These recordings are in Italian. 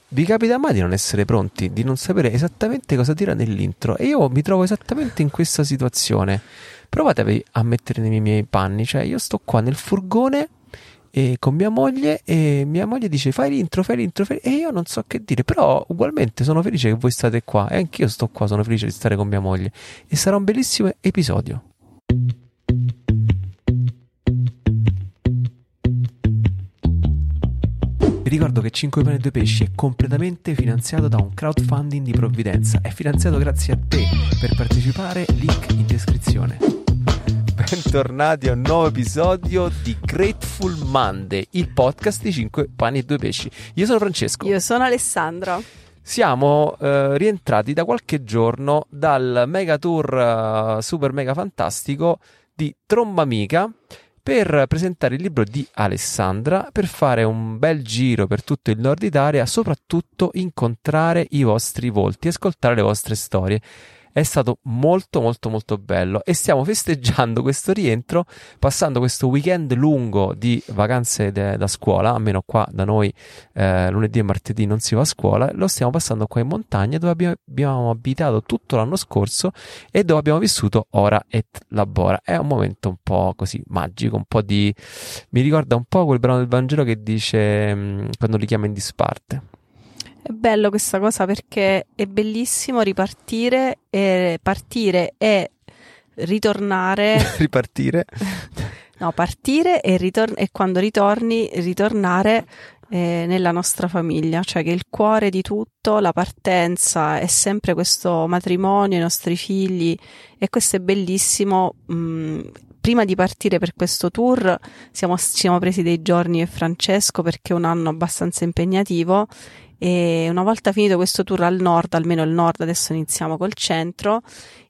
Vi capita mai di non essere pronti, di non sapere esattamente cosa dire nell'intro? E io mi trovo esattamente in questa situazione. Provate a mettere nei miei panni, cioè io sto qua nel furgone con mia moglie e mia moglie dice fai l'intro e io non so che dire, però ugualmente sono felice che voi state qua e anch'io sto qua, sono felice di stare con mia moglie e sarà un bellissimo episodio. Vi ricordo che 5 pane e 2 pesci è completamente finanziato da un crowdfunding di provvidenza. È finanziato grazie a te. Per partecipare, link in descrizione. Bentornati a un nuovo episodio di Grateful Monday, il podcast di 5 pani e 2 pesci. Io sono Francesco. Io sono Alessandra. Siamo rientrati da qualche giorno dal mega tour super mega fantastico di Tromba Amica, per presentare il libro di Alessandra, per fare un bel giro per tutto il nord Italia, soprattutto incontrare i vostri volti, ascoltare le vostre storie. È stato molto molto molto bello e stiamo festeggiando questo rientro passando questo weekend lungo di vacanze da scuola, almeno qua da noi lunedì e martedì non si va a scuola, lo stiamo passando qua in montagna dove abbiamo abitato tutto l'anno scorso e dove abbiamo vissuto ora et labora. È un momento un po' così magico, un po' di... mi ricorda un po' quel brano del Vangelo che dice quando li chiama in disparte. È bello questa cosa perché è bellissimo ripartire e partire e ritornare. Ripartire? No, partire e quando ritornare nella nostra famiglia, cioè che il cuore di tutto, la partenza è sempre questo matrimonio, i nostri figli, e questo è bellissimo. Prima di partire per questo tour ci siamo presi dei giorni io e Francesco perché è un anno abbastanza impegnativo. E una volta finito questo tour al nord, almeno il nord, adesso iniziamo col centro,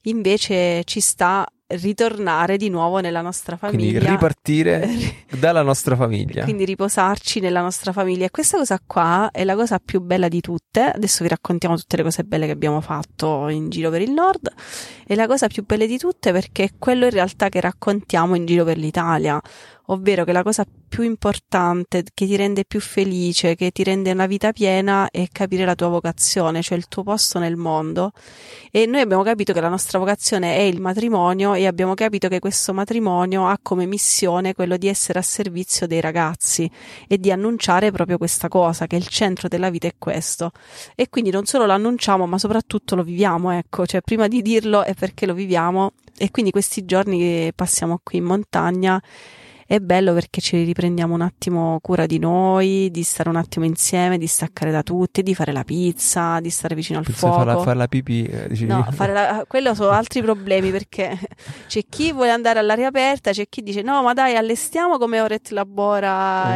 invece ci sta ritornare di nuovo nella nostra famiglia. Quindi ripartire dalla nostra famiglia. Quindi riposarci nella nostra famiglia. E questa cosa qua è la cosa più bella di tutte. Adesso vi raccontiamo tutte le cose belle che abbiamo fatto in giro per il nord. È la cosa più bella di tutte perché è quello in realtà che raccontiamo in giro per l'Italia. Ovvero che la cosa più importante, che ti rende più felice, che ti rende una vita piena, è capire la tua vocazione, cioè il tuo posto nel mondo. E noi abbiamo capito che la nostra vocazione è il matrimonio e abbiamo capito che questo matrimonio ha come missione quello di essere a servizio dei ragazzi e di annunciare proprio questa cosa, che il centro della vita è questo. E quindi non solo lo annunciamo, ma soprattutto lo viviamo, ecco, cioè prima di dirlo è perché lo viviamo. E quindi questi giorni che passiamo qui in montagna è bello perché ci riprendiamo un attimo cura di noi, di stare un attimo insieme, di staccare da tutti, di fare la pizza, di stare vicino al fuoco. Fare la pipì? No, quello sono altri problemi perché c'è chi vuole andare all'aria aperta, c'è chi dice no ma dai allestiamo come ora et labora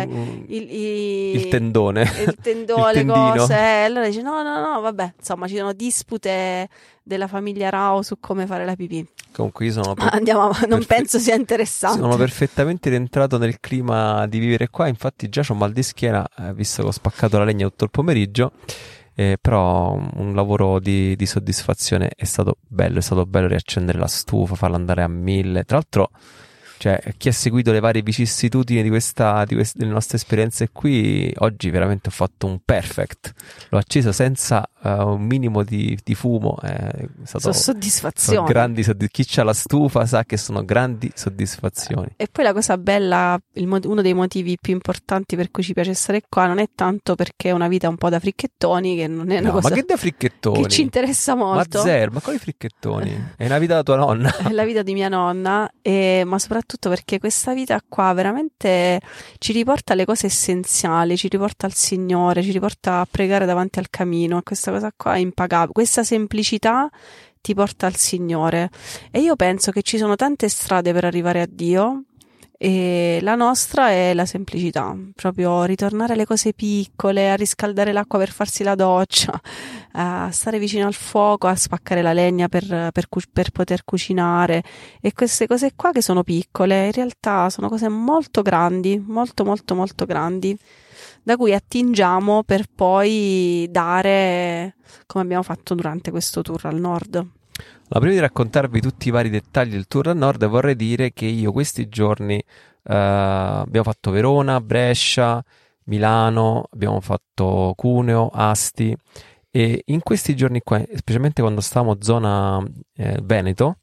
il tendone. Il tendone, le cose. Allora dice no, vabbè, insomma ci sono dispute della famiglia Rao su come fare la pipì. Comunque io sono non penso sia interessante. Sono perfettamente rientrato nel clima di vivere qua, infatti già c'ho mal di schiena visto che ho spaccato la legna tutto il pomeriggio, però un lavoro di soddisfazione. È stato bello riaccendere la stufa, farla andare a 1000. Tra l'altro, cioè, chi ha seguito le varie vicissitudini delle nostre esperienze qui, oggi veramente ho fatto un perfect. L'ho acceso senza un minimo di fumo. Sono soddisfazioni. Chi c'ha la stufa sa che sono grandi soddisfazioni. E poi la cosa bella, uno dei motivi più importanti per cui ci piace stare qua non è tanto perché è una vita un po' da fricchettoni, che non è una cosa... Ma che da fricchettoni? Che ci interessa molto. Ma quali fricchettoni? È una vita da tua nonna. È la vita di mia nonna, ma soprattutto perché questa vita qua veramente ci riporta alle cose essenziali, ci riporta al Signore, ci riporta a pregare davanti al camino. Questa cosa qua è impagabile, questa semplicità ti porta al Signore e io penso che ci sono tante strade per arrivare a Dio e la nostra è la semplicità, proprio ritornare alle cose piccole, a riscaldare l'acqua per farsi la doccia, a stare vicino al fuoco, a spaccare la legna per poter cucinare. E queste cose qua che sono piccole in realtà sono cose molto grandi, molto molto molto grandi, da cui attingiamo per poi dare, come abbiamo fatto durante questo tour al nord. Prima di raccontarvi tutti i vari dettagli del tour al nord, vorrei dire che io questi giorni abbiamo fatto Verona, Brescia, Milano, abbiamo fatto Cuneo, Asti, e in questi giorni qua, specialmente quando stavamo zona Veneto,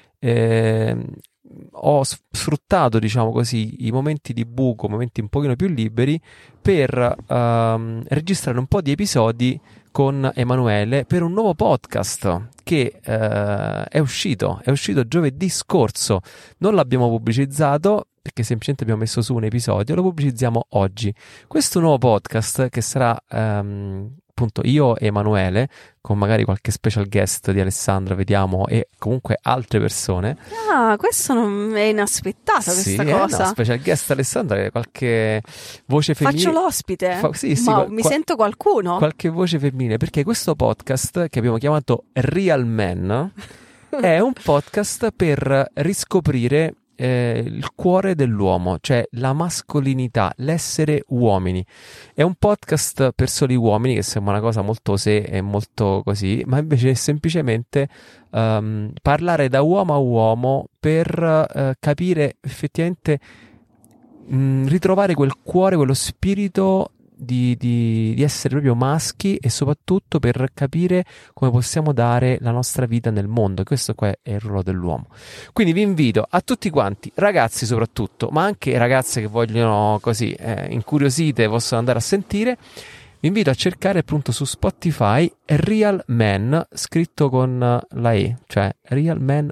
ho sfruttato, diciamo così, i momenti di buco, momenti un pochino più liberi per registrare un po' di episodi con Emanuele per un nuovo podcast che è uscito giovedì scorso. Non l'abbiamo pubblicizzato perché semplicemente abbiamo messo su un episodio, lo pubblicizziamo oggi. Questo nuovo podcast che sarà appunto io e Emanuele, con magari qualche special guest di Alessandra, vediamo, e comunque altre persone. Ah, questo non è inaspettata, questa cosa. No, special guest Alessandra, qualche voce femminile. Faccio l'ospite? Sì, ma mi sento qualcuno? Qualche voce femminile, perché questo podcast che abbiamo chiamato Real Men è un podcast per riscoprire il cuore dell'uomo, cioè la mascolinità, l'essere uomini. È un podcast per soli uomini, che sembra una cosa molto e molto così, ma invece è semplicemente parlare da uomo a uomo per capire effettivamente, ritrovare quel cuore, quello spirito di essere proprio maschi, e soprattutto per capire come possiamo dare la nostra vita nel mondo. Questo qua è il ruolo dell'uomo. Quindi vi invito a tutti quanti, ragazzi soprattutto, ma anche ragazze che vogliono così, incuriosite, possono andare a sentire. Vi invito a cercare appunto su Spotify Real Men, scritto con la E, cioè Real Men,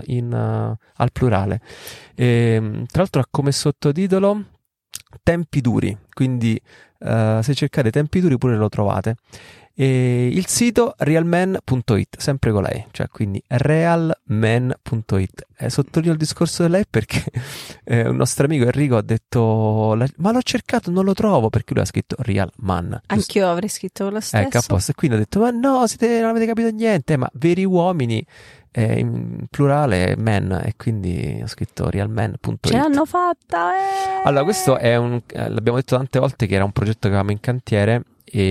al plurale. Tra l'altro ha come sottotitolo Tempi duri, quindi se cercate Tempi duri pure lo trovate. E il sito realman.it, sempre con la E, cioè quindi realman.it. Sottolineo il discorso della E perché un nostro amico Enrico ha detto ma l'ho cercato, non lo trovo, perché lui ha scritto Real Man. Anch'io avrei scritto lo stesso. Ecco, a posto. E quindi ho detto ma no, non avete capito niente, ma veri uomini, in plurale men, e quindi ho scritto realman.it. Ce l'hanno fatta! Allora, questo è l'abbiamo detto tante volte che era un progetto che avevamo in cantiere,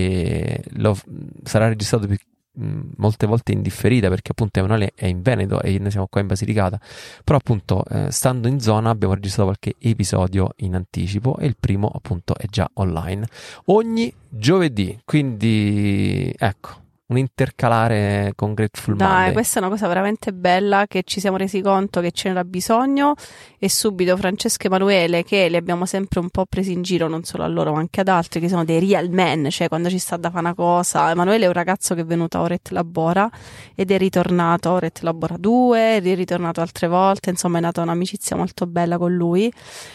e sarà registrato molte volte in differita, perché appunto Emanuele è in Veneto e noi siamo qua in Basilicata, però appunto stando in zona abbiamo registrato qualche episodio in anticipo, e il primo appunto è già online ogni giovedì, quindi ecco, un intercalare con Grateful Monday. Dai, questa è una cosa veramente bella, che ci siamo resi conto che ce n'era bisogno, e subito Francesca e Emanuele, che li abbiamo sempre un po' presi in giro, non solo a loro ma anche ad altri, che sono dei real men, cioè quando ci sta da fare una cosa. Emanuele è un ragazzo che è venuto a Oret Labora ed è ritornato a Oret Labora 2, è ritornato altre volte, insomma è nata un'amicizia molto bella con lui.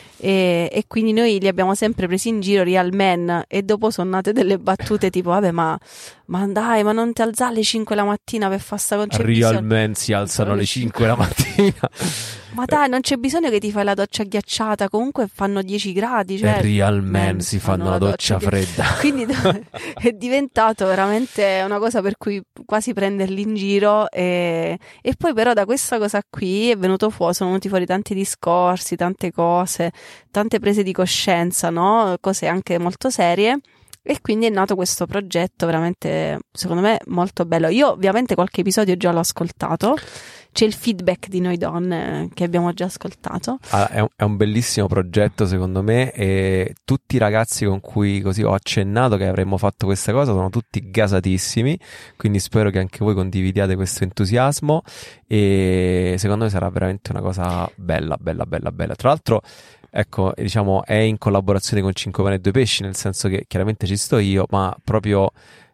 E quindi noi li abbiamo sempre presi in giro, real men, e dopo sono nate delle battute tipo vabbè ma dai, ma non ti alza alle 5 la mattina per fare sta concezione. Real men si alzano alle 5 la mattina. Ma dai, non c'è bisogno che ti fai la doccia ghiacciata, comunque fanno 10 gradi, cioè real men si fanno la doccia fredda. Quindi è diventato veramente una cosa per cui quasi prenderli in giro, e poi però da questa cosa qui è venuto fuori, sono venuti fuori tanti discorsi, tante cose, tante prese di coscienza, no? Cose anche molto serie. E quindi è nato questo progetto veramente, secondo me, molto bello. Io ovviamente qualche episodio già l'ho ascoltato, c'è il feedback di noi donne che abbiamo già ascoltato. È un bellissimo progetto secondo me, e tutti i ragazzi con cui così ho accennato che avremmo fatto questa cosa sono tutti gasatissimi, quindi spero che anche voi condividiate questo entusiasmo, e secondo me sarà veramente una cosa bella. Tra l'altro, ecco, diciamo, è in collaborazione con 5 pane e 2 pesci, nel senso che chiaramente ci sto io, ma proprio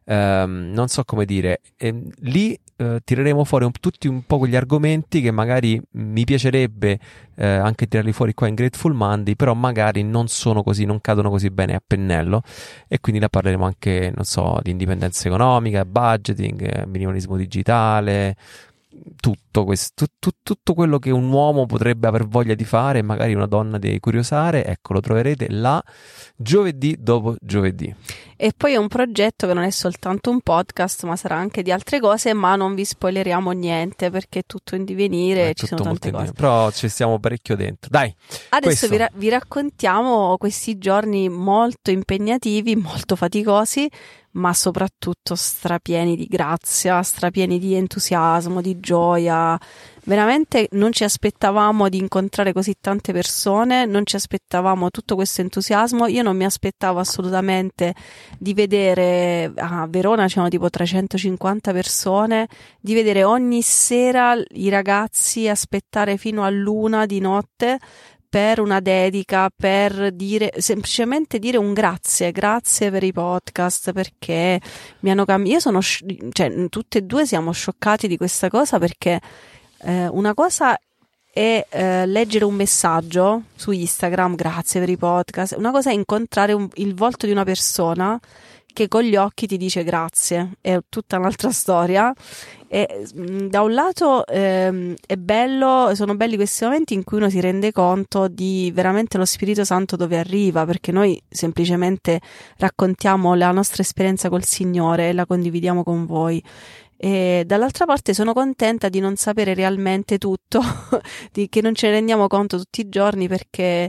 non so come dire, lì tireremo fuori tutti un po' quegli argomenti che magari mi piacerebbe anche tirarli fuori qua in Grateful Monday, però magari non sono così, non cadono così bene a pennello, e quindi là parleremo anche, non so, di indipendenza economica, budgeting, minimalismo digitale, tutto questo, tutto quello che un uomo potrebbe aver voglia di fare e magari una donna deve curiosare. Ecco, lo troverete là giovedì dopo giovedì. E poi è un progetto che non è soltanto un podcast, ma sarà anche di altre cose, ma non vi spoileriamo niente perché è tutto in divenire e ci sono tante cose. Però ci stiamo parecchio dentro. Dai, adesso vi raccontiamo questi giorni molto impegnativi, molto faticosi, ma soprattutto strapieni di grazia, strapieni di entusiasmo, di gioia. Veramente non ci aspettavamo di incontrare così tante persone, non ci aspettavamo tutto questo entusiasmo. Io non mi aspettavo assolutamente di vedere a Verona, c'erano tipo 350 persone, di vedere ogni sera i ragazzi aspettare fino all'1 di notte per una dedica, per semplicemente dire un grazie per i podcast, perché mi hanno cambiato. Cioè, tutte e due siamo scioccati di questa cosa, perché una cosa è leggere un messaggio su Instagram, grazie per i podcast, una cosa è incontrare il volto di una persona che con gli occhi ti dice grazie, è tutta un'altra storia. E da un lato è bello, sono belli questi momenti in cui uno si rende conto di veramente lo Spirito Santo dove arriva, perché noi semplicemente raccontiamo la nostra esperienza col Signore e la condividiamo con voi. E dall'altra parte sono contenta di non sapere realmente tutto, che non ce ne rendiamo conto tutti i giorni, perché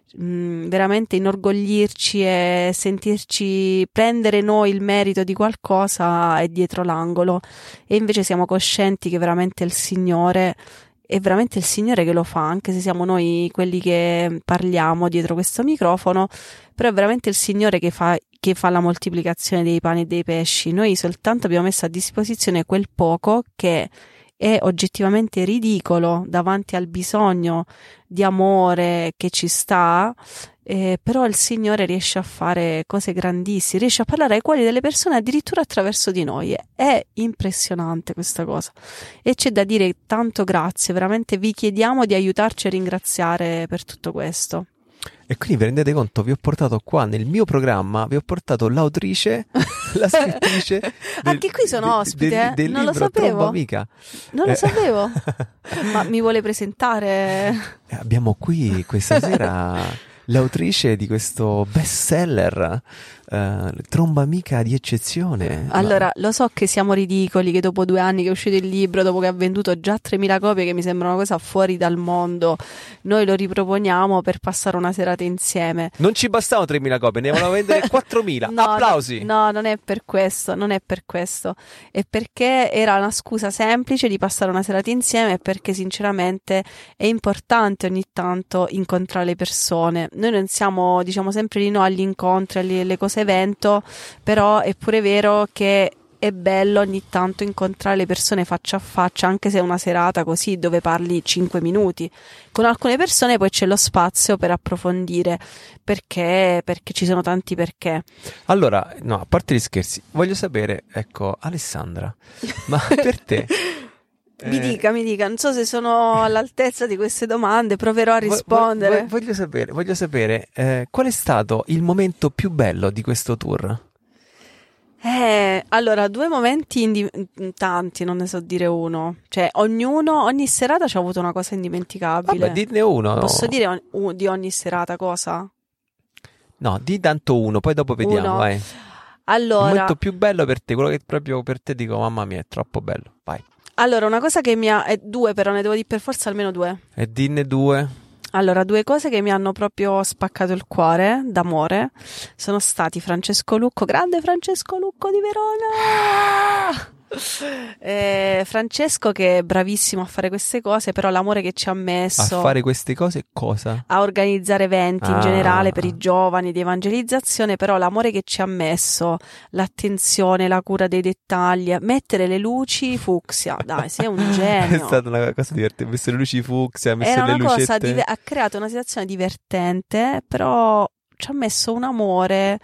veramente inorgoglirci e sentirci prendere noi il merito di qualcosa è dietro l'angolo, e invece siamo coscienti che veramente il Signore è veramente il Signore che lo fa, anche se siamo noi quelli che parliamo dietro questo microfono, però è veramente il Signore che fa la moltiplicazione dei pani e dei pesci. Noi soltanto abbiamo messo a disposizione quel poco che è oggettivamente ridicolo davanti al bisogno di amore che ci sta, però il Signore riesce a fare cose grandissime, riesce a parlare ai cuori delle persone addirittura attraverso di noi. È impressionante questa cosa, e c'è da dire tanto grazie, veramente vi chiediamo di aiutarci a ringraziare per tutto questo. E quindi vi rendete conto, vi ho portato qua nel mio programma, vi ho portato l'autrice, la scrittrice anche qui sono ospite, del non lo libro sapevo. Tromba Amica. Non lo sapevo. Ma mi vuole presentare? Abbiamo qui questa sera l'autrice di questo bestseller, Tromba Amica di eccezione. Allora, lo so che siamo ridicoli, che dopo 2 anni che è uscito il libro, dopo che ha venduto già 3.000 copie, che mi sembra una cosa fuori dal mondo, noi lo riproponiamo per passare una serata insieme. Non ci bastavano 3.000 copie, ne volevano vendere 4.000. No, applausi! No, non è per questo, non è per questo. È perché era una scusa semplice di passare una serata insieme, e perché sinceramente è importante ogni tanto incontrare le persone. Noi non siamo, diciamo sempre di no agli incontri, alle cose evento, però è pure vero che è bello ogni tanto incontrare le persone faccia a faccia, anche se è una serata così dove parli 5 minuti. Con alcune persone poi c'è lo spazio per approfondire, perché ci sono tanti perché. Allora, no, a parte gli scherzi, voglio sapere, ecco, Alessandra, ma per te... Mi dica, non so se sono all'altezza di queste domande, proverò a rispondere. Voglio sapere qual è stato il momento più bello di questo tour? Allora, 2 momenti tanti, non ne so dire uno. Cioè, ogni serata c'ha avuto una cosa indimenticabile. Vabbè, ditene uno. Posso dire di ogni serata cosa? No, di tanto uno, poi dopo vediamo, vai. Allora, il momento più bello per te, quello che proprio per te dico, mamma mia, è troppo bello, vai. Allora, una cosa che mi ha... 2 però, ne devo dire per forza almeno 2. E dinne 2. Allora, 2 cose che mi hanno proprio spaccato il cuore d'amore sono stati Francesco Lucco, grande Francesco Lucco di Verona! Francesco, che è bravissimo a fare queste cose, però l'amore che ci ha messo a fare queste cose, cosa? A organizzare eventi in generale per i giovani di evangelizzazione, però l'amore che ci ha messo, l'attenzione, la cura dei dettagli, mettere le luci fucsia, dai, sei un genio. È stata una cosa divertente, ha messo le luci fucsia, ha messo era le una cosa lucette. Ha creato una situazione divertente, però ci ha messo un amore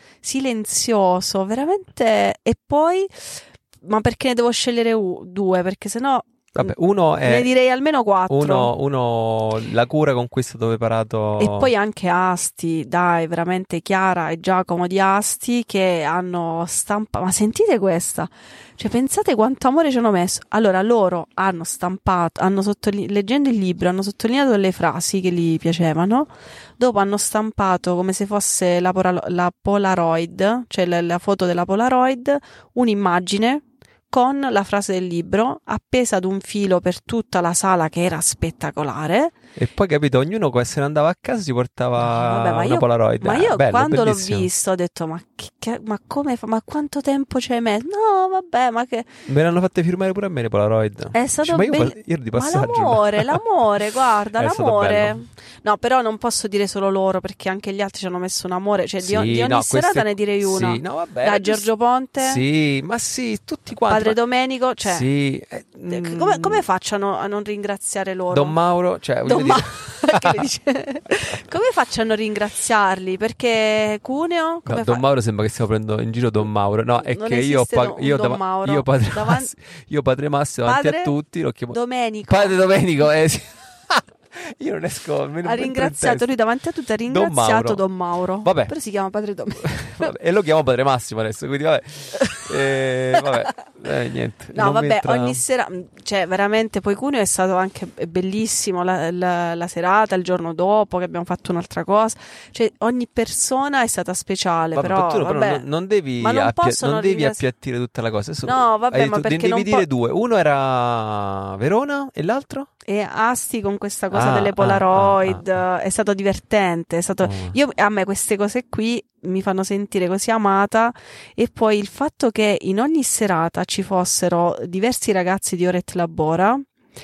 silenzioso, veramente. E poi, ma perché ne devo scegliere 2? Perché sennò Vabbè, uno è... Ne direi almeno 4. Uno la cura con questo dove parato... E poi anche Asti, dai, veramente Chiara e Giacomo di Asti che hanno stampato... Ma sentite questa! Cioè, pensate quanto amore ci hanno messo. Allora, loro hanno stampato, leggendo il libro, hanno sottolineato le frasi che gli piacevano, dopo hanno stampato come se fosse la Polaroid, cioè la foto della Polaroid, un'immagine con la frase del libro appesa ad un filo per tutta la sala che era spettacolare. E poi, capito, ognuno se ne andava a casa si portava Vabbè, una Polaroid. Ma io bello, quando bellissimo. l'ho visto ho detto ma come fa? Ma quanto tempo ci hai messo? No, vabbè, ma che... Me l'hanno fatte firmare pure a me le Polaroid. È stato Ma io ero di passaggio. Ma l'amore, guarda, È stato l'amore. bello. No, però non posso dire solo loro, perché anche gli altri ci hanno messo un amore. Cioè, Sì, di ogni serata ne direi una. Sì, no, vabbè. Da Giorgio Ponte. Sì, ma sì, tutti quanti. Padre Domenico, cioè... Sì. Come faccio a non ringraziare loro? Don Mauro, cioè... Don Mauro. Come faccio a non ringraziarli? Perché Cuneo? No, Don Mauro sembra che stiamo prendendo in giro Don Mauro. No, è non che io Don Mauro. io Padre Massimo davanti a tutti lo chiamo Domenico. Padre Domenico, sì. Io non esco. Ha ringraziato lui davanti a tutti, ha ringraziato Don Mauro. Vabbè. Però si chiama Padre Domenico. E lo chiamo Padre Massimo adesso, quindi vabbè. Niente. No, vabbè, ogni sera, cioè veramente, poi Cuneo è stato anche bellissimo la serata, il giorno dopo che abbiamo fatto un'altra cosa. Cioè ogni persona è stata speciale, vabbè, però vabbè, non devi, non devi appiattire tutta la cosa. Adesso no, vabbè, ma perché devi dire due. Uno era Verona e l'altro? E Asti con questa cosa delle Polaroid è stato divertente, a me queste cose qui mi fanno sentire così amata, e poi il fatto che in ogni serata ci fossero diversi ragazzi di Oret Labora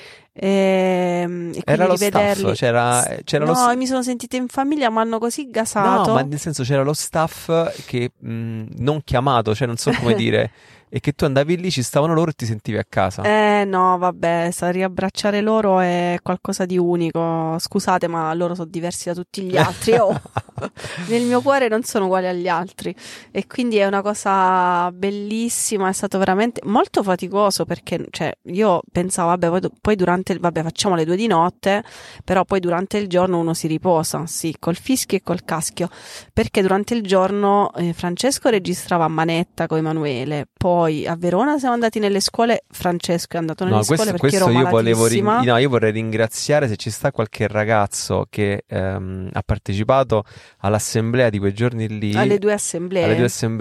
e era lo rivederli. Staff, c'era no, mi sono sentita in famiglia, mi hanno così gasato. No, ma nel senso c'era lo staff che non chiamato, cioè non so come dire, e che tu andavi lì, ci stavano loro e ti sentivi a casa. No, vabbè, riabbracciare loro è qualcosa di unico. Scusate, ma loro sono diversi da tutti gli altri. Nel mio cuore non sono uguali agli altri. E quindi è una cosa bellissima. È stato veramente molto faticoso, perché cioè, io pensavo, vabbè, poi durante vabbè, facciamo le 2 di notte, però poi durante il giorno uno si riposa, sì, col fischio e col caschio. Perché durante il giorno Francesco registrava a manetta con Emanuele, poi a Verona siamo andati nelle scuole, Francesco è andato nelle scuole perché ero malatissima. Io vorrei ringraziare, se ci sta qualche ragazzo che ha partecipato all'assemblea di quei giorni lì, alle due assemblee,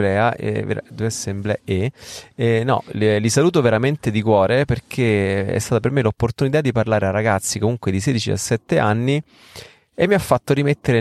li saluto veramente di cuore, perché è stata per me l'opportunità di parlare a ragazzi comunque di 16-17 anni, e mi ha fatto rimettere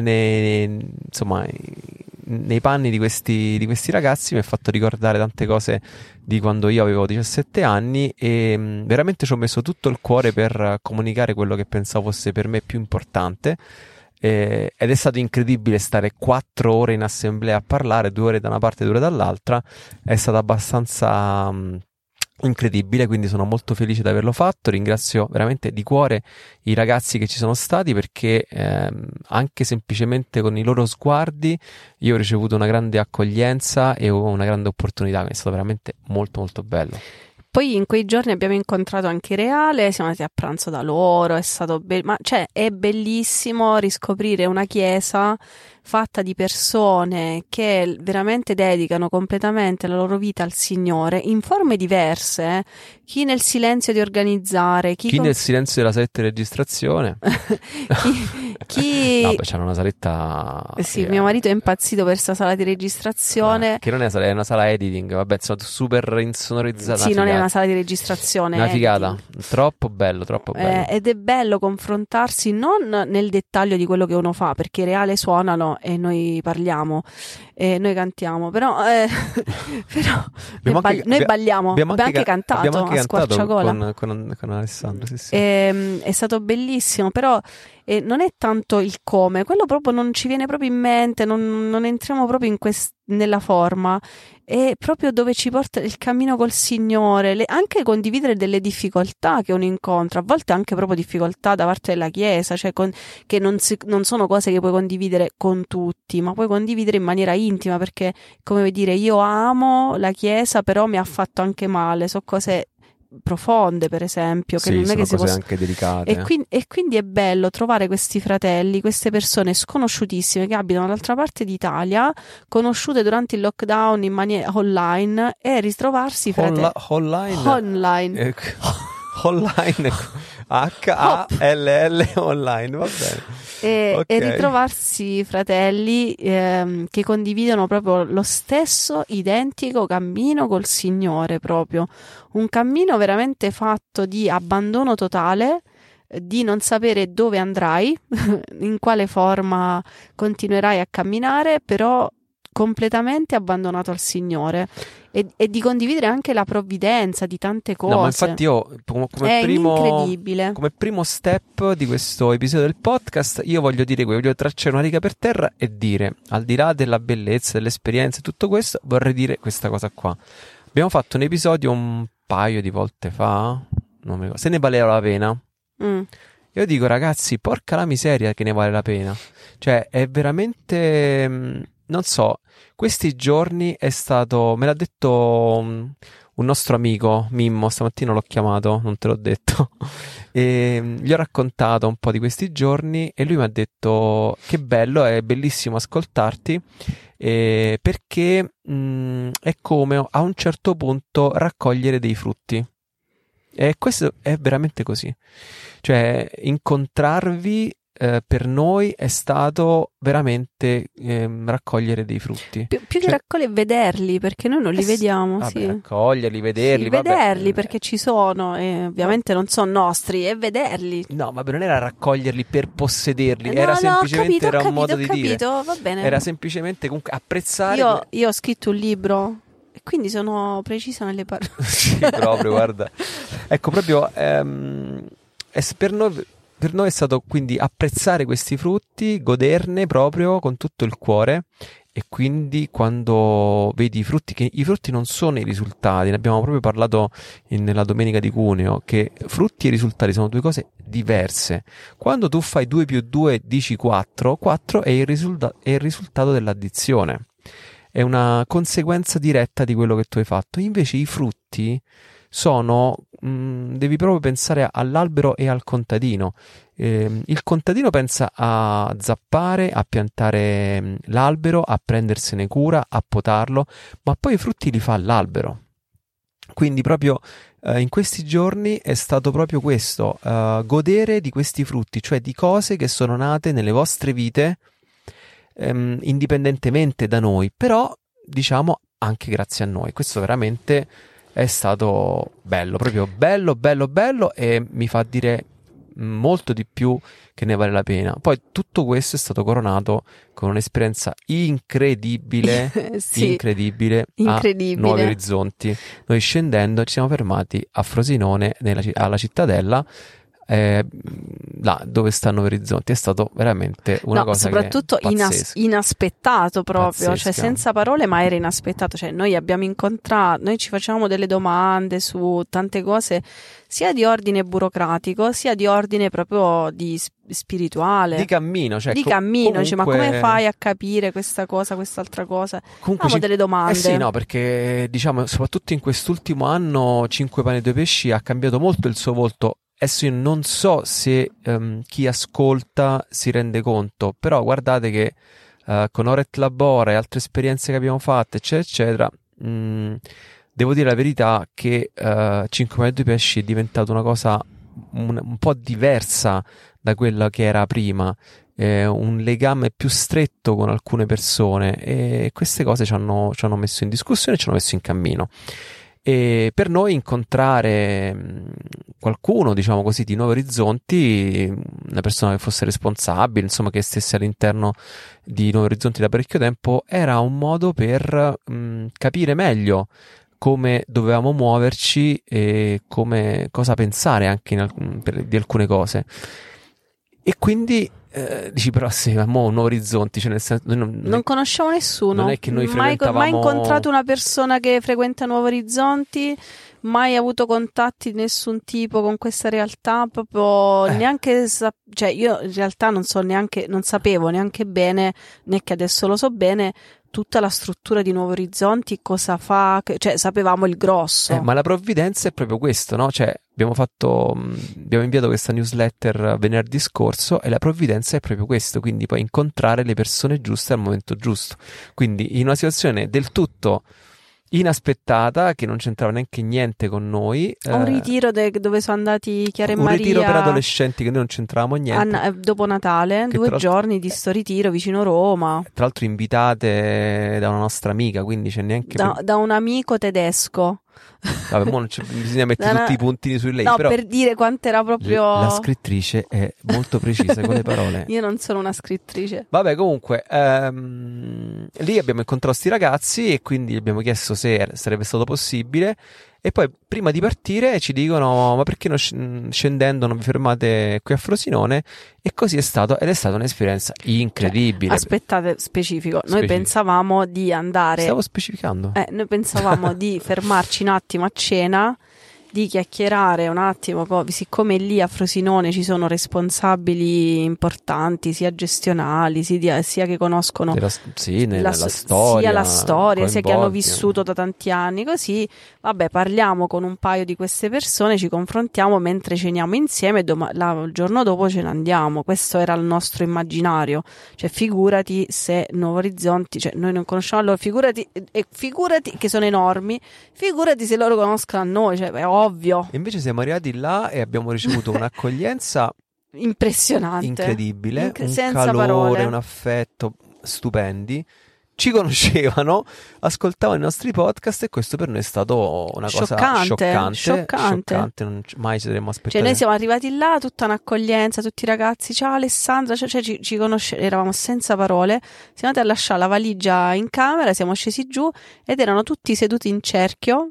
nei panni di questi ragazzi, mi ha fatto ricordare tante cose di quando io avevo 17 anni, e veramente ci ho messo tutto il cuore per comunicare quello che pensavo fosse per me più importante, ed è stato incredibile stare 4 ore in assemblea a parlare, 2 ore da una parte e 2 ore dall'altra. È stato abbastanza incredibile, quindi sono molto felice di averlo fatto. Ringrazio veramente di cuore i ragazzi che ci sono stati, perché anche semplicemente con i loro sguardi io ho ricevuto una grande accoglienza e una grande opportunità, quindi è stato veramente molto molto bello. Poi in quei giorni abbiamo incontrato anche Reale, siamo andati a pranzo da loro, è stato ma cioè è bellissimo riscoprire una chiesa fatta di persone che veramente dedicano completamente la loro vita al Signore in forme diverse, chi nel silenzio di organizzare, chi nel silenzio della saletta di registrazione, chi no, beh, c'era una saletta, sì, mio marito è impazzito per questa sala di registrazione, che non è una sala editing, vabbè, insomma, super insonorizzata. Sì, non è una sala di registrazione, una figata, troppo bello. Ed è bello confrontarsi non nel dettaglio di quello che uno fa, perché i Reale suonano e noi parliamo e noi cantiamo, però noi balliamo, abbiamo anche cantato a squarciagola con Alessandro, sì. È stato bellissimo, però non è tanto il come, quello proprio non ci viene proprio in mente, non entriamo proprio nella forma, è proprio dove ci porta il cammino col Signore, anche condividere delle difficoltà che uno incontra, a volte anche proprio difficoltà da parte della Chiesa, cioè che non sono cose che puoi condividere con tutti, ma puoi condividere in maniera intima, perché come vuoi dire, io amo la Chiesa, però mi ha fatto anche male, so cose profonde, per esempio, che Sì, non è sono che si cose possono... anche delicate. E quindi è bello trovare questi fratelli, queste persone sconosciutissime che abitano dall'altra parte d'Italia, conosciute durante il lockdown in maniera online, e ritrovarsi online. Online, H-A-L-L online, va bene. E Ok. ritrovarsi fratelli che condividono proprio lo stesso identico cammino col Signore, proprio un cammino veramente fatto di abbandono totale, di non sapere dove andrai, in quale forma continuerai a camminare, però completamente abbandonato al Signore, e di condividere anche la provvidenza di tante cose. No, ma infatti io È incredibile. come primo step di questo episodio del podcast, io voglio dire, voglio tracciare una riga per terra e dire, al di là della bellezza, dell'esperienza e tutto questo, vorrei dire questa cosa qua. Abbiamo fatto un episodio un paio di volte fa, non mi ricordo, se ne valeva la pena. Io dico, ragazzi, porca la miseria che ne vale la pena. Cioè, è veramente, non so, questi giorni è stato, me l'ha detto un nostro amico, Mimmo, stamattina l'ho chiamato, non te l'ho detto, e gli ho raccontato un po' di questi giorni e lui mi ha detto che bello, è bellissimo ascoltarti, perché è come a un certo punto raccogliere dei frutti. E questo è veramente così. Cioè, incontrarvi per noi è stato veramente raccogliere dei frutti. Più che Cioè, raccogliere, vederli, perché noi non li vediamo. Vabbè, Sì. raccoglierli, vederli. Sì, vabbè. vederli perché ci sono, e ovviamente non sono nostri, e vederli. No, ma non era raccoglierli per possederli, No, era no, semplicemente ho era un capito, modo ho di capito, dire. va bene. Era semplicemente comunque apprezzare. Io ho scritto un libro e quindi sono precisa nelle parole. Sì, proprio, guarda. Ecco, proprio per noi è stato quindi apprezzare questi frutti, goderne proprio con tutto il cuore. E quindi quando vedi i frutti, che i frutti non sono i risultati, ne abbiamo proprio parlato nella domenica di Cuneo, che frutti e risultati sono due cose diverse. Quando tu fai 2 più 2 dici 4, 4 è il risultato dell'addizione, è una conseguenza diretta di quello che tu hai fatto. Invece i frutti sono, devi proprio pensare all'albero e al contadino. Il contadino pensa a zappare, a piantare l'albero, a prendersene cura, a potarlo, ma poi i frutti li fa l'albero. Quindi proprio in questi giorni è stato proprio questo, godere di questi frutti, cioè di cose che sono nate nelle vostre vite, indipendentemente da noi, però diciamo anche grazie a noi. Questo veramente è stato bello, proprio bello, e mi fa dire molto di più che ne vale la pena. Poi tutto questo è stato coronato con un'esperienza incredibile, Sì, incredibile a Nuovi Orizzonti. Noi scendendo ci siamo fermati a Frosinone, alla Cittadella, là dove stanno Nuovi Orizzonti. È stato veramente una cosa soprattutto che pazzesca. Inaspettato proprio, Pazzesca. cioè senza parole, ma era inaspettato. Cioè noi abbiamo incontrato, noi ci facevamo delle domande su tante cose, sia di ordine burocratico, sia di ordine proprio di spirituale, Di cammino, cioè comunque... cioè, ma come fai a capire questa cosa, quest'altra cosa? Avevamo delle domande. Sì, no, perché diciamo soprattutto in quest'ultimo anno 5 pani e 2 pesci ha cambiato molto il suo volto. Adesso io non so se chi ascolta si rende conto, però guardate che con Ora et Labora e altre esperienze che abbiamo fatto, eccetera, devo dire la verità che 5 pani e 2 pesci è diventata una cosa un po' diversa da quella che era prima, un legame più stretto con alcune persone, e queste cose ci hanno messo in discussione, ci hanno messo in cammino. E per noi incontrare qualcuno, diciamo così, di Nuovi Orizzonti, una persona che fosse responsabile, insomma, che stesse all'interno di Nuovi Orizzonti da parecchio tempo, era un modo per capire meglio come dovevamo muoverci e cosa pensare anche di alcune cose. E quindi dici, però sì, ma mo Nuovi Orizzonti, cioè nel senso, non conosciamo nessuno, non è che noi frequentavamo... mai incontrato una persona che frequenta Nuovi Orizzonti, mai avuto contatti di nessun tipo con questa realtà, proprio neanche cioè io in realtà non sapevo neanche bene, né che adesso lo so bene, tutta la struttura di Nuovo Orizzonti, cosa fa, cioè sapevamo il grosso. Ma la provvidenza è proprio questo, no? Cioè abbiamo inviato questa newsletter venerdì scorso e la provvidenza è proprio questo, quindi poi incontrare le persone giuste al momento giusto. Quindi in una situazione del tutto inaspettata, che non c'entrava neanche niente con noi, un ritiro dove sono andati Chiara e Maria, un ritiro per adolescenti che noi non c'entravamo niente, dopo Natale, 2 giorni di sto ritiro vicino Roma, tra l'altro invitate da una nostra amica, quindi c'è neanche da un amico tedesco. Vabbè, mo non bisogna mettere tutti i puntini su lei, no, però per dire quanto era proprio la scrittrice è molto precisa con le parole. Io non sono una scrittrice. Vabbè, comunque lì abbiamo incontrato sti ragazzi e quindi gli abbiamo chiesto se sarebbe stato possibile, e poi prima di partire ci dicono: ma perché scendendo non vi fermate qui a Frosinone? E così è stato, ed è stata un'esperienza incredibile. Aspettate, specifico. Noi pensavamo di andare, stavo specificando, noi pensavamo di fermarci un attimo a cena, di chiacchierare un attimo, siccome lì a Frosinone ci sono responsabili importanti, sia gestionali, sia che conoscono nella storia, sia la storia, sia che hanno vissuto da tanti anni, così, vabbè, parliamo con un paio di queste persone, ci confrontiamo mentre ceniamo insieme, il giorno dopo ce ne andiamo. Questo era il nostro immaginario, cioè figurati se Nuovo Orizzonti, cioè noi non conosciamo loro, figurati che sono enormi, figurati se loro conoscono a noi, cioè è ovvio. E invece siamo arrivati là e abbiamo ricevuto un'accoglienza impressionante, incredibile, un senza calore, parole, un affetto stupendi. Ci conoscevano, ascoltavano i nostri podcast, e questo per noi è stato una cosa scioccante. Mai ci saremmo aspettati. Cioè noi siamo arrivati là, tutta un'accoglienza, tutti i ragazzi: ciao Alessandra, cioè ci conoscevamo, eravamo senza parole. Siamo andati a lasciare la valigia in camera, siamo scesi giù ed erano tutti seduti in cerchio,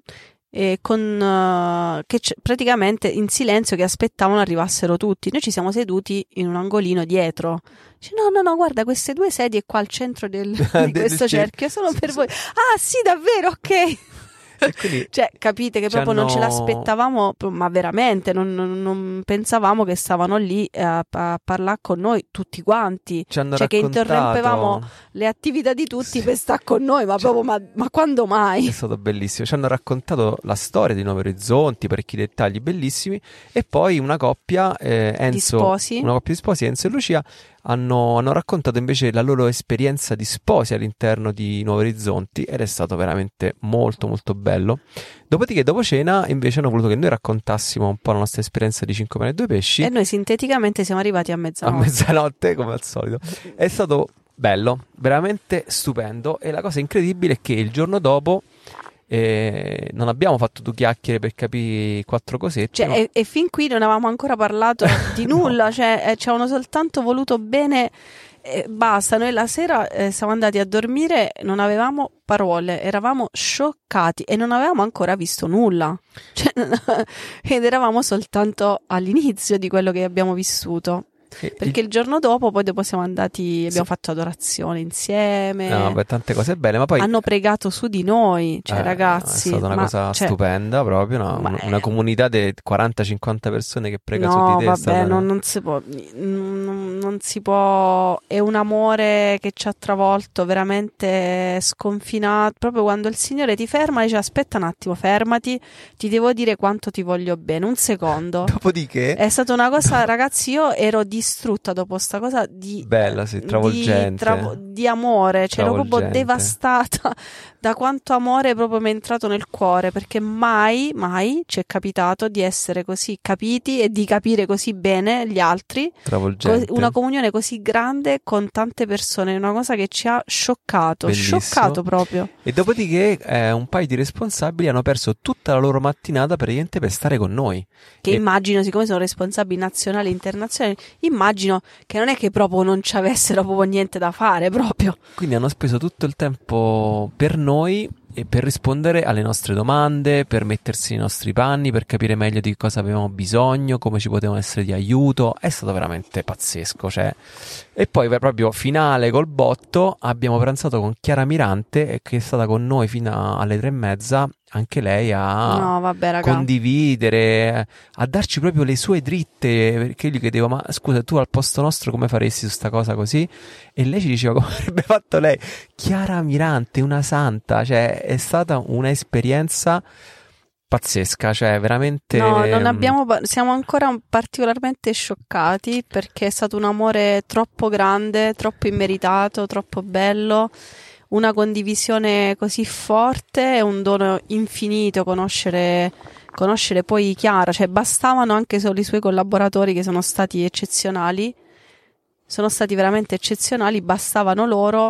praticamente in silenzio, che aspettavano arrivassero tutti. Noi ci siamo seduti in un angolino dietro. Dice, no, guarda, queste 2 sedie qua al centro di questo cerchio sono per voi. Ah sì, davvero, ok. Cioè, capite che proprio non ce l'aspettavamo, ma veramente non pensavamo che stavano lì a parlare con noi tutti quanti, cioè che interrompevamo le attività di tutti per stare con noi, ma proprio ma quando mai? È stato bellissimo. Ci hanno raccontato la storia di Nuovi Orizzonti, parecchi dettagli bellissimi, e poi una coppia di sposi, Enzo e Lucia, hanno raccontato invece la loro esperienza di sposi all'interno di Nuovi Orizzonti, ed è stato veramente molto molto bello. Dopodiché, dopo cena, invece hanno voluto che noi raccontassimo un po' la nostra esperienza di 5 pane e 2 pesci, e noi sinteticamente siamo arrivati a mezzanotte come al solito. È stato bello, veramente stupendo, e la cosa incredibile è che il giorno dopo non abbiamo fatto 2 chiacchiere per capire 4 cosette, cioè, e fin qui non avevamo ancora parlato di nulla, cioè ci avevano soltanto voluto bene, basta. Noi la sera siamo andati a dormire, non avevamo parole, eravamo scioccati e non avevamo ancora visto nulla, cioè, ed eravamo soltanto all'inizio di quello che abbiamo vissuto. Perché il giorno dopo siamo andati, abbiamo fatto adorazione insieme, tante cose belle, ma poi hanno pregato su di noi, cioè ragazzi, è stata una cosa stupenda, proprio una comunità di 40-50 persone che prega su di te. Vabbè, non si può, è un amore che ci ha travolto, veramente sconfinato, proprio quando il Signore ti ferma e dice: aspetta un attimo, fermati, ti devo dire quanto ti voglio bene, un secondo. Dopodiché è stata una cosa, ragazzi, io ero distrutta dopo sta cosa bella, sì, travolgente, di amore, cioè ero proprio devastata da quanto amore proprio mi è entrato nel cuore, perché mai ci è capitato di essere così capiti e di capire così bene gli altri, travolgente, una comunione così grande con tante persone, una cosa che ci ha scioccato. Bellissimo. Scioccato proprio. E dopodiché un paio di responsabili hanno perso tutta la loro mattinata per stare con noi, che immagino, siccome sono responsabili nazionali e internazionali, immagino che non è che proprio non ci avessero proprio niente da fare proprio. Quindi hanno speso tutto il tempo per noi, per rispondere alle nostre domande, per mettersi nei nostri panni, per capire meglio di cosa avevamo bisogno, come ci potevano essere di aiuto. È stato veramente pazzesco, cioè. E poi proprio finale col botto abbiamo pranzato con Chiara Mirante, che è stata con noi fino alle 3:30, anche lei a No, vabbè, raga. condividere, a darci proprio le sue dritte, perché io gli chiedevo, ma scusa, tu al posto nostro come faresti su sta cosa così? E lei ci diceva come avrebbe fatto lei. Chiara Mirante, una santa, cioè è stata un'esperienza pazzesca, cioè veramente. No, non abbiamo, siamo ancora particolarmente scioccati perché è stato un amore troppo grande, troppo immeritato, troppo bello, una condivisione così forte, è un dono infinito conoscere poi Chiara, cioè bastavano anche solo i suoi collaboratori che sono stati eccezionali, sono stati veramente eccezionali, bastavano loro.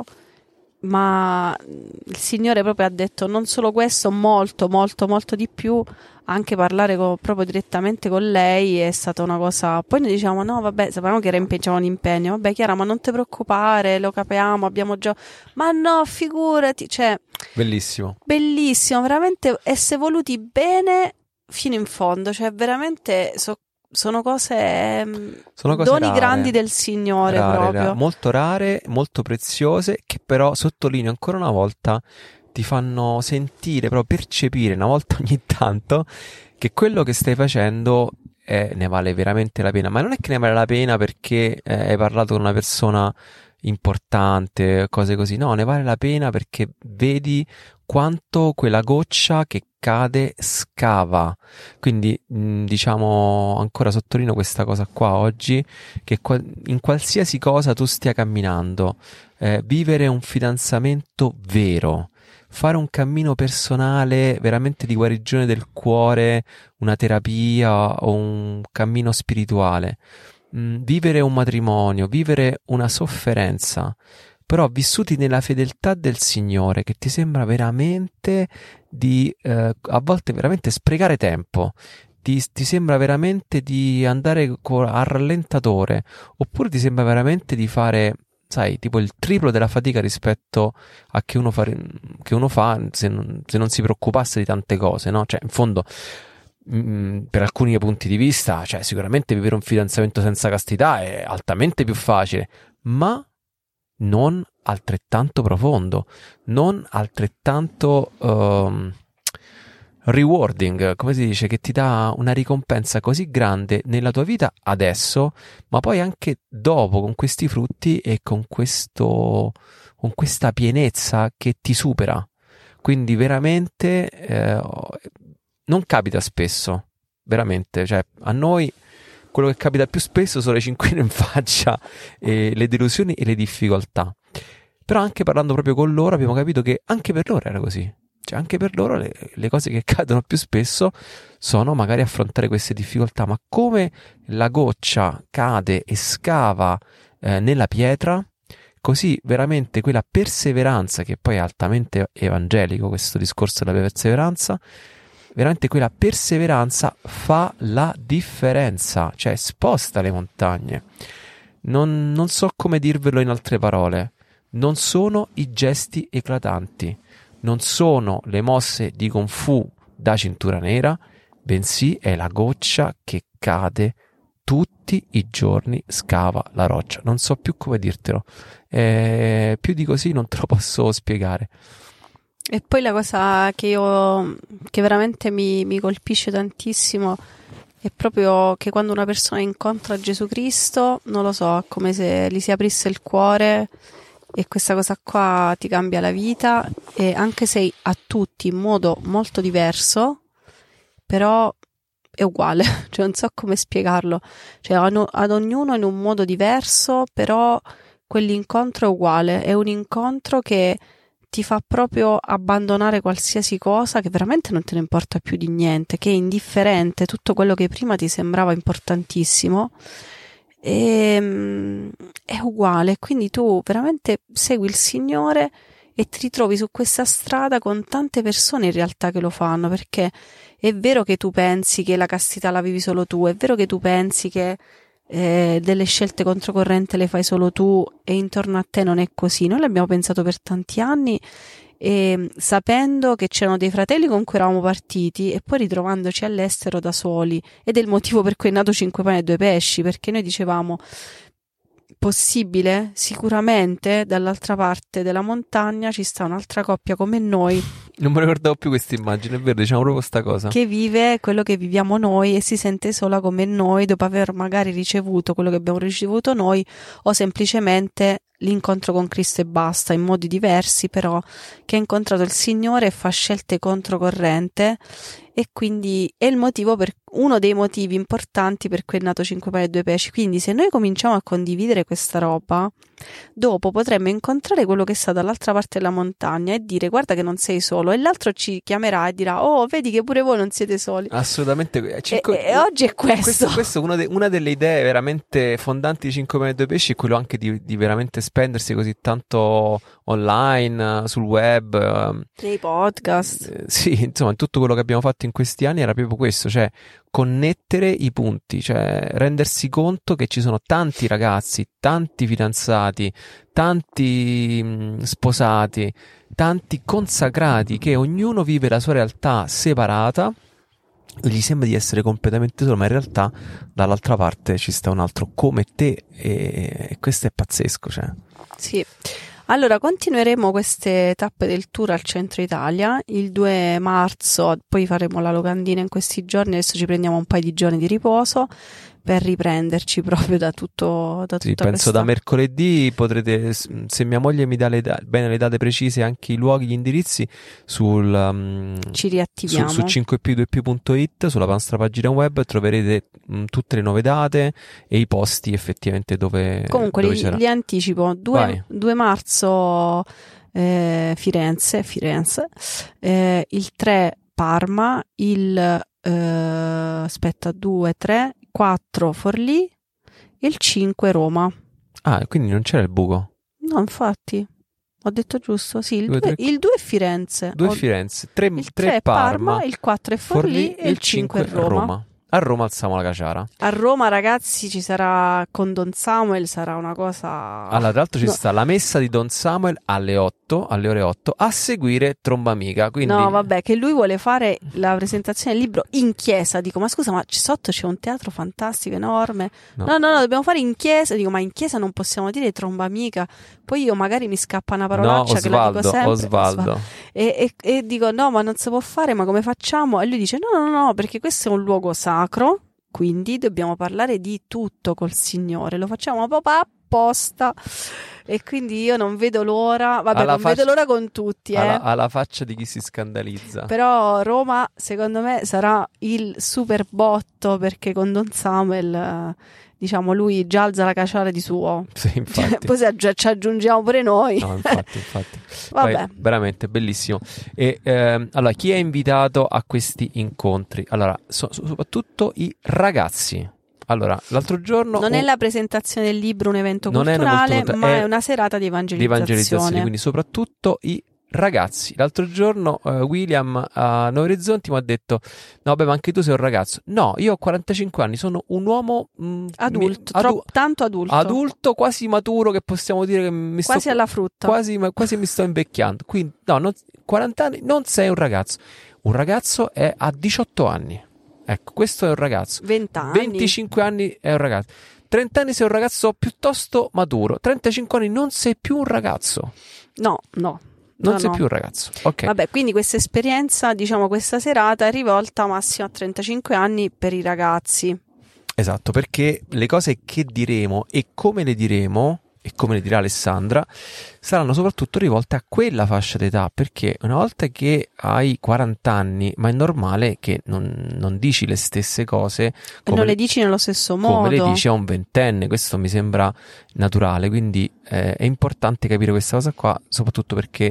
Ma il Signore proprio ha detto non solo questo, molto, molto, molto di più. Anche parlare proprio direttamente con lei è stata una cosa. Poi noi diciamo no, vabbè, sapevamo che c'era un impegno. Vabbè, Chiara, ma non ti preoccupare, lo capiamo, abbiamo già. Ma no, figurati, cioè. Bellissimo. Bellissimo, veramente essere voluti bene fino in fondo, cioè veramente sono cose doni rare, grandi del Signore, proprio. molto rare, molto preziose, che però sottolineo ancora una volta ti fanno sentire, proprio percepire una volta ogni tanto che quello che stai facendo ne vale veramente la pena. Ma non è che ne vale la pena perché hai parlato con una persona importante, cose così. No, ne vale la pena perché vedi quanto quella goccia che cade scava. Quindi diciamo, ancora sottolineo questa cosa qua oggi, che in qualsiasi cosa tu stia camminando, vivere un fidanzamento vero, fare un cammino personale veramente di guarigione del cuore, una terapia o un cammino spirituale, vivere un matrimonio, vivere una sofferenza, però vissuti nella fedeltà del Signore, che ti sembra veramente di a volte veramente sprecare tempo, ti sembra veramente di andare a rallentatore, oppure ti sembra veramente di fare, sai, tipo il triplo della fatica rispetto a che uno fa se non si preoccupasse di tante cose, no? Cioè, in fondo, per alcuni punti di vista, cioè, sicuramente vivere un fidanzamento senza castità è altamente più facile, ma non altrettanto profondo, non altrettanto rewarding, come si dice, che ti dà una ricompensa così grande nella tua vita adesso, ma poi anche dopo, con questi frutti e con questa pienezza che ti supera. Quindi veramente non capita spesso, veramente, cioè a noi quello che capita più spesso sono le cinquine in faccia, le delusioni e le difficoltà. Però anche parlando proprio con loro abbiamo capito che anche per loro era così. Cioè anche per loro le cose che cadono più spesso sono magari affrontare queste difficoltà, ma come la goccia cade e scava nella pietra, così veramente quella perseveranza, che poi è altamente evangelico questo discorso della perseveranza, veramente quella perseveranza fa la differenza, cioè sposta le montagne. Non so come dirvelo in altre parole. Non sono i gesti eclatanti, non sono le mosse di Kung Fu da cintura nera, bensì è la goccia che cade tutti i giorni, scava la roccia. Non so più come dirtelo. Più di così non te lo posso spiegare. E poi la cosa che veramente mi colpisce tantissimo è proprio che quando una persona incontra Gesù Cristo, non lo so, è come se gli si aprisse il cuore e questa cosa qua ti cambia la vita, e anche se a tutti in modo molto diverso, però è uguale, cioè non so come spiegarlo, cioè ad ognuno in un modo diverso, però quell'incontro è uguale, è un incontro che ti fa proprio abbandonare qualsiasi cosa, che veramente non te ne importa più di niente, che è indifferente, tutto quello che prima ti sembrava importantissimo è uguale. Quindi tu veramente segui il Signore e ti ritrovi su questa strada con tante persone in realtà che lo fanno, perché è vero che tu pensi che la castità la vivi solo tu, è vero che tu pensi che delle scelte controcorrente le fai solo tu e intorno a te non è così. Noi l'abbiamo pensato per tanti anni e sapendo che c'erano dei fratelli con cui eravamo partiti e poi ritrovandoci all'estero da soli, ed è il motivo per cui è nato 5 pani e 2 pesci, perché noi dicevamo: possibile? Sicuramente dall'altra parte della montagna ci sta un'altra coppia come noi Non mi ricordavo più questa immagine, è vero, diciamo proprio sta cosa. che vive quello che viviamo noi e si sente sola come noi dopo aver magari ricevuto quello che abbiamo ricevuto noi, o semplicemente l'incontro con Cristo e basta, in modi diversi, però che ha incontrato il Signore e fa scelte controcorrente, e quindi è il motivo uno dei motivi importanti per cui è nato 5 pani e 2 pesci. Quindi se noi cominciamo a condividere questa roba, dopo potremmo incontrare quello che sta dall'altra parte della montagna e dire: guarda che non sei solo, e l'altro ci chiamerà e dirà: oh, vedi che pure voi non siete soli. Assolutamente. E oggi è questo. Questa è una delle idee veramente fondanti di 5 pani e 2 pesci, è quello anche di veramente spendersi così tanto online, sul web, nei podcast. sì, insomma, tutto quello che abbiamo fatto in questi anni era proprio questo, cioè connettere i punti, cioè rendersi conto che ci sono tanti ragazzi, tanti fidanzati, tanti sposati, tanti consacrati, che ognuno vive la sua realtà separata e gli sembra di essere completamente solo, ma in realtà dall'altra parte ci sta un altro come te, e questo è pazzesco, cioè. Sì. Allora, continueremo queste tappe del tour al centro Italia. Il 2 marzo poi faremo la locandina in questi giorni, adesso ci prendiamo un paio di giorni di riposo per riprenderci proprio da tutta Sì, penso questa... da mercoledì potrete, se mia moglie mi dà bene le date precise, anche i luoghi, gli indirizzi, ci riattiviamo su 5p2p.it, sulla nostra pagina web troverete tutte le nuove date e i posti effettivamente dove sarà. Li anticipo. 2 marzo Firenze, il 3 Parma, il 2, 3, 4 Forlì e il 5 Roma. Ah, quindi non c'era il buco? No, infatti, ho detto giusto. Sì, il 2 è Firenze. 2 Firenze, 3 il 3 Parma, il 4 è Forlì e il 5 è Roma. A Roma alziamo la caciara. A Roma, ragazzi, ci sarà con Don Samuel, sarà una cosa... Allora, tra l'altro ci sta la messa di Don Samuel alle ore 8, a seguire Tromba Amica, quindi... No, vabbè, che lui vuole fare la presentazione del libro in chiesa. Dico, ma scusa, ma sotto c'è un teatro fantastico, enorme. No, dobbiamo fare in chiesa. Dico, ma in chiesa non possiamo dire Tromba Amica. Poi io magari mi scappa una parolaccia che la dico sempre. Osvaldo. E dico, no, ma non si può fare, ma come facciamo? E lui dice, no, perché questo è un luogo sacro, quindi dobbiamo parlare di tutto col Signore. Lo facciamo proprio apposta. E quindi io non vedo l'ora, vedo l'ora con tutti, alla faccia di chi si scandalizza. Però Roma, secondo me, sarà il super botto, perché con Don Samuel, diciamo, lui già alza la caciara di suo. Sì, infatti. Poi ci aggiungiamo pure noi. No, infatti. Vabbè. Veramente bellissimo. E allora, chi è invitato a questi incontri? Allora, soprattutto i ragazzi. Allora, l'altro giorno... Non è la presentazione del libro, un evento culturale, ma è una serata di evangelizzazione. Quindi soprattutto i ragazzi. L'altro giorno William a Nuovi Orizzonti mi ha detto: no, beh, ma anche tu sei un ragazzo. No, io ho 45 anni, sono un uomo adulto, tanto adulto. Adulto, quasi maturo, che possiamo dire che quasi alla frutta. Quasi mi sto invecchiando. Quindi, no, 40 anni non sei un ragazzo. Un ragazzo è a 18 anni. Ecco, questo è un ragazzo. 20 anni. 25 anni è un ragazzo. 30 anni sei un ragazzo piuttosto maturo. 35 anni non sei più un ragazzo. No. Non sei più un ragazzo. Ok. Vabbè, quindi questa esperienza, diciamo, questa serata è rivolta massimo a 35 anni per i ragazzi. Esatto, perché le cose che diremo e come le diremo, e come le dirà Alessandra, saranno soprattutto rivolte a quella fascia d'età, perché una volta che hai 40 anni, ma è normale che non dici le stesse cose e non le dici nello stesso modo come le dici a un ventenne. Questo mi sembra naturale, quindi è importante capire questa cosa qua, soprattutto perché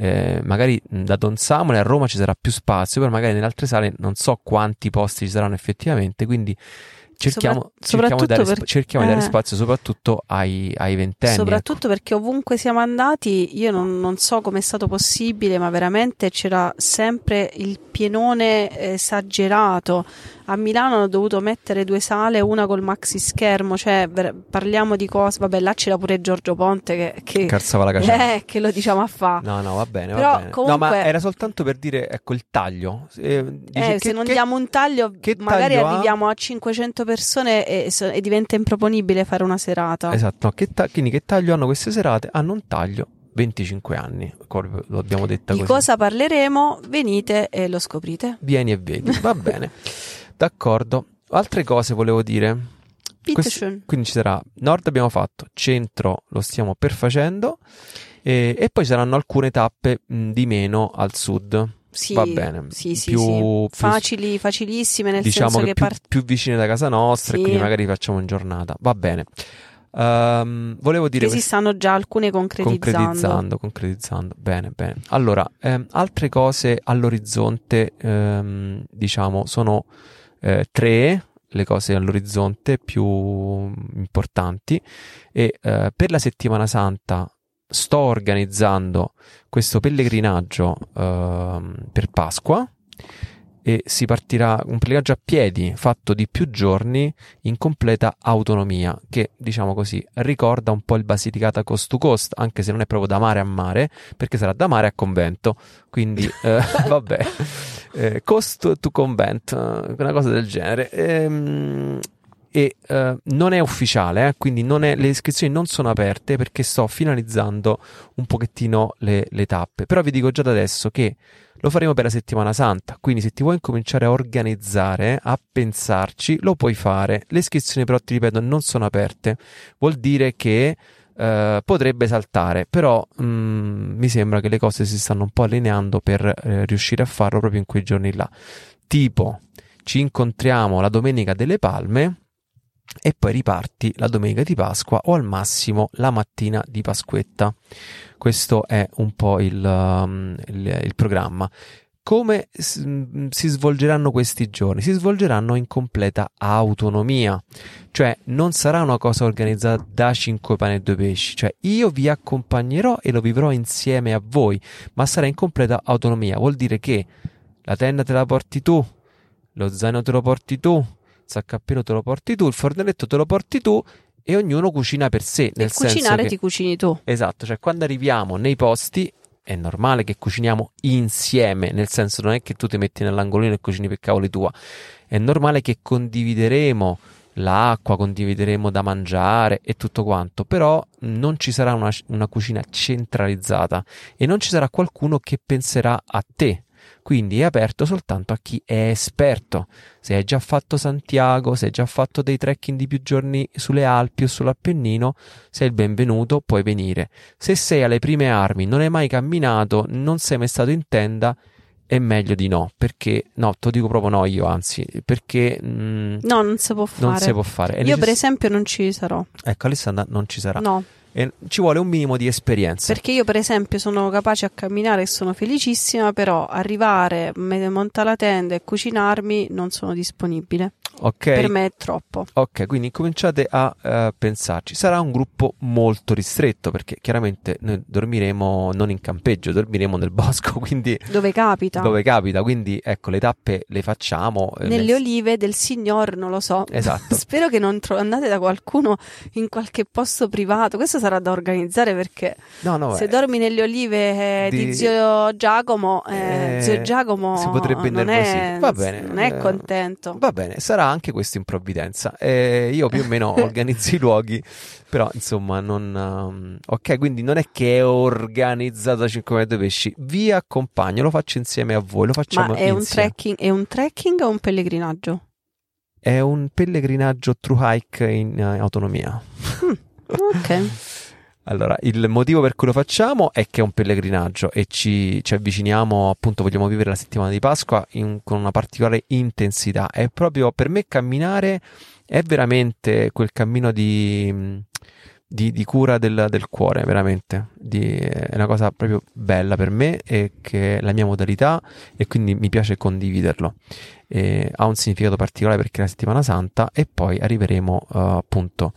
magari da Don Samuel a Roma ci sarà più spazio, però magari nelle altre sale non so quanti posti ci saranno effettivamente, quindi cerchiamo di dare spazio soprattutto ai ventenni. Soprattutto perché ovunque siamo andati, io non so come è stato possibile, ma veramente c'era sempre il pienone esagerato. A Milano hanno dovuto mettere 2 sale, una col maxi schermo, cioè parliamo di cose, vabbè, là c'era pure Giorgio Ponte che Carzava la caccia. che lo diciamo a fa. No, va bene, Però, va bene. comunque, no, ma era soltanto per dire, ecco, il taglio. Se non diamo un taglio, magari arriviamo a 500 persone e diventa improponibile fare una serata. Esatto, quindi che taglio hanno queste serate? Hanno un taglio 25 anni, lo abbiamo detto così. Di cosa parleremo? Venite e lo scoprite. Vieni e vedi, va bene. D'accordo. Altre cose volevo dire. Quindi ci sarà Nord, abbiamo fatto, Centro lo stiamo per facendo, e poi saranno alcune tappe di meno al Sud. Sì, va bene. Sì. Più Facilissime, nel diciamo senso che più vicine da casa nostra, sì. E quindi magari facciamo in giornata. Va bene. Volevo dire che si stanno già alcune concretizzando. Bene. Allora, altre cose all'orizzonte, diciamo, sono 3 le cose all'orizzonte più importanti, e per la settimana santa sto organizzando questo pellegrinaggio per Pasqua, e si partirà un pellegrinaggio a piedi fatto di più giorni in completa autonomia, che, diciamo così, ricorda un po' il Basilicata Coast to Coast, anche se non è proprio da mare a mare, perché sarà da mare a convento, quindi vabbè, Coast to Convent, una cosa del genere. Non è ufficiale, quindi le iscrizioni non sono aperte, perché sto finalizzando un pochettino le tappe, però vi dico già da adesso che lo faremo per la settimana santa, quindi se ti vuoi incominciare a organizzare, a pensarci, lo puoi fare. Le iscrizioni però, ti ripeto, non sono aperte, vuol dire che potrebbe saltare, però mi sembra che le cose si stanno un po' allineando per riuscire a farlo proprio in quei giorni là, tipo ci incontriamo la Domenica delle Palme e poi riparti la domenica di Pasqua, o al massimo la mattina di Pasquetta. Questo è un po' il programma. Come si svolgeranno questi giorni? Si svolgeranno in completa autonomia, cioè non sarà una cosa organizzata da 5 pani e 2 pesci, cioè io vi accompagnerò e lo vivrò insieme a voi, ma sarà in completa autonomia. Vuol dire che la tenda te la porti tu, lo zaino te lo porti tu, il saccappello te lo porti tu, il fornelletto te lo porti tu, e ognuno cucina per sé. Nel senso cucinare che, ti cucini tu. Esatto, cioè quando arriviamo nei posti è normale che cuciniamo insieme, nel senso non è che tu ti metti nell'angolino e cucini per cavoli tua, è normale che condivideremo l'acqua, condivideremo da mangiare e tutto quanto, però non ci sarà una cucina centralizzata e non ci sarà qualcuno che penserà a te. Quindi è aperto soltanto a chi è esperto. Se hai già fatto Santiago, se hai già fatto dei trekking di più giorni sulle Alpi o sull'Appennino, sei il benvenuto, puoi venire. Se sei alle prime armi, non hai mai camminato, non sei mai stato in tenda, è meglio di no, perché no, te lo dico proprio no io, anzi, perché no, non si può fare. Non si può fare. Io per esempio non ci sarò. Ecco, Alessandra non ci sarà. No. E ci vuole un minimo di esperienza. Perché io per esempio sono capace a camminare e sono felicissima, però arrivare, montare la tenda e cucinarmi non sono disponibile. Ok. Per me è troppo. Ok, quindi cominciate a pensarci. Sarà un gruppo molto ristretto, perché chiaramente noi dormiremo non in campeggio, dormiremo nel bosco, quindi dove capita, quindi ecco, le tappe le facciamo nelle olive del Signore, non lo so. Esatto. Spero che non andate da qualcuno in qualche posto privato. Questo sarà da organizzare, perché se dormi nelle olive di zio Giacomo si potrebbe innervosire. Va bene, non è contento. Va bene, sarà anche questo in provvidenza. Io più o meno organizzo i luoghi, però insomma non ok, quindi non è che è organizzato da 5 metri pesci, vi accompagno, lo faccio insieme a voi, lo facciamo insieme. È un trekking o un pellegrinaggio? È un pellegrinaggio true hike in autonomia. Ok. Allora, il motivo per cui lo facciamo è che è un pellegrinaggio e ci avviciniamo, appunto, vogliamo vivere la settimana di Pasqua con una particolare intensità. È proprio, per me, camminare è veramente quel cammino di cura del cuore, veramente. È una cosa proprio bella per me, e che è la mia modalità, e quindi mi piace condividerlo. Ha un significato particolare perché è la settimana santa, e poi arriveremo appunto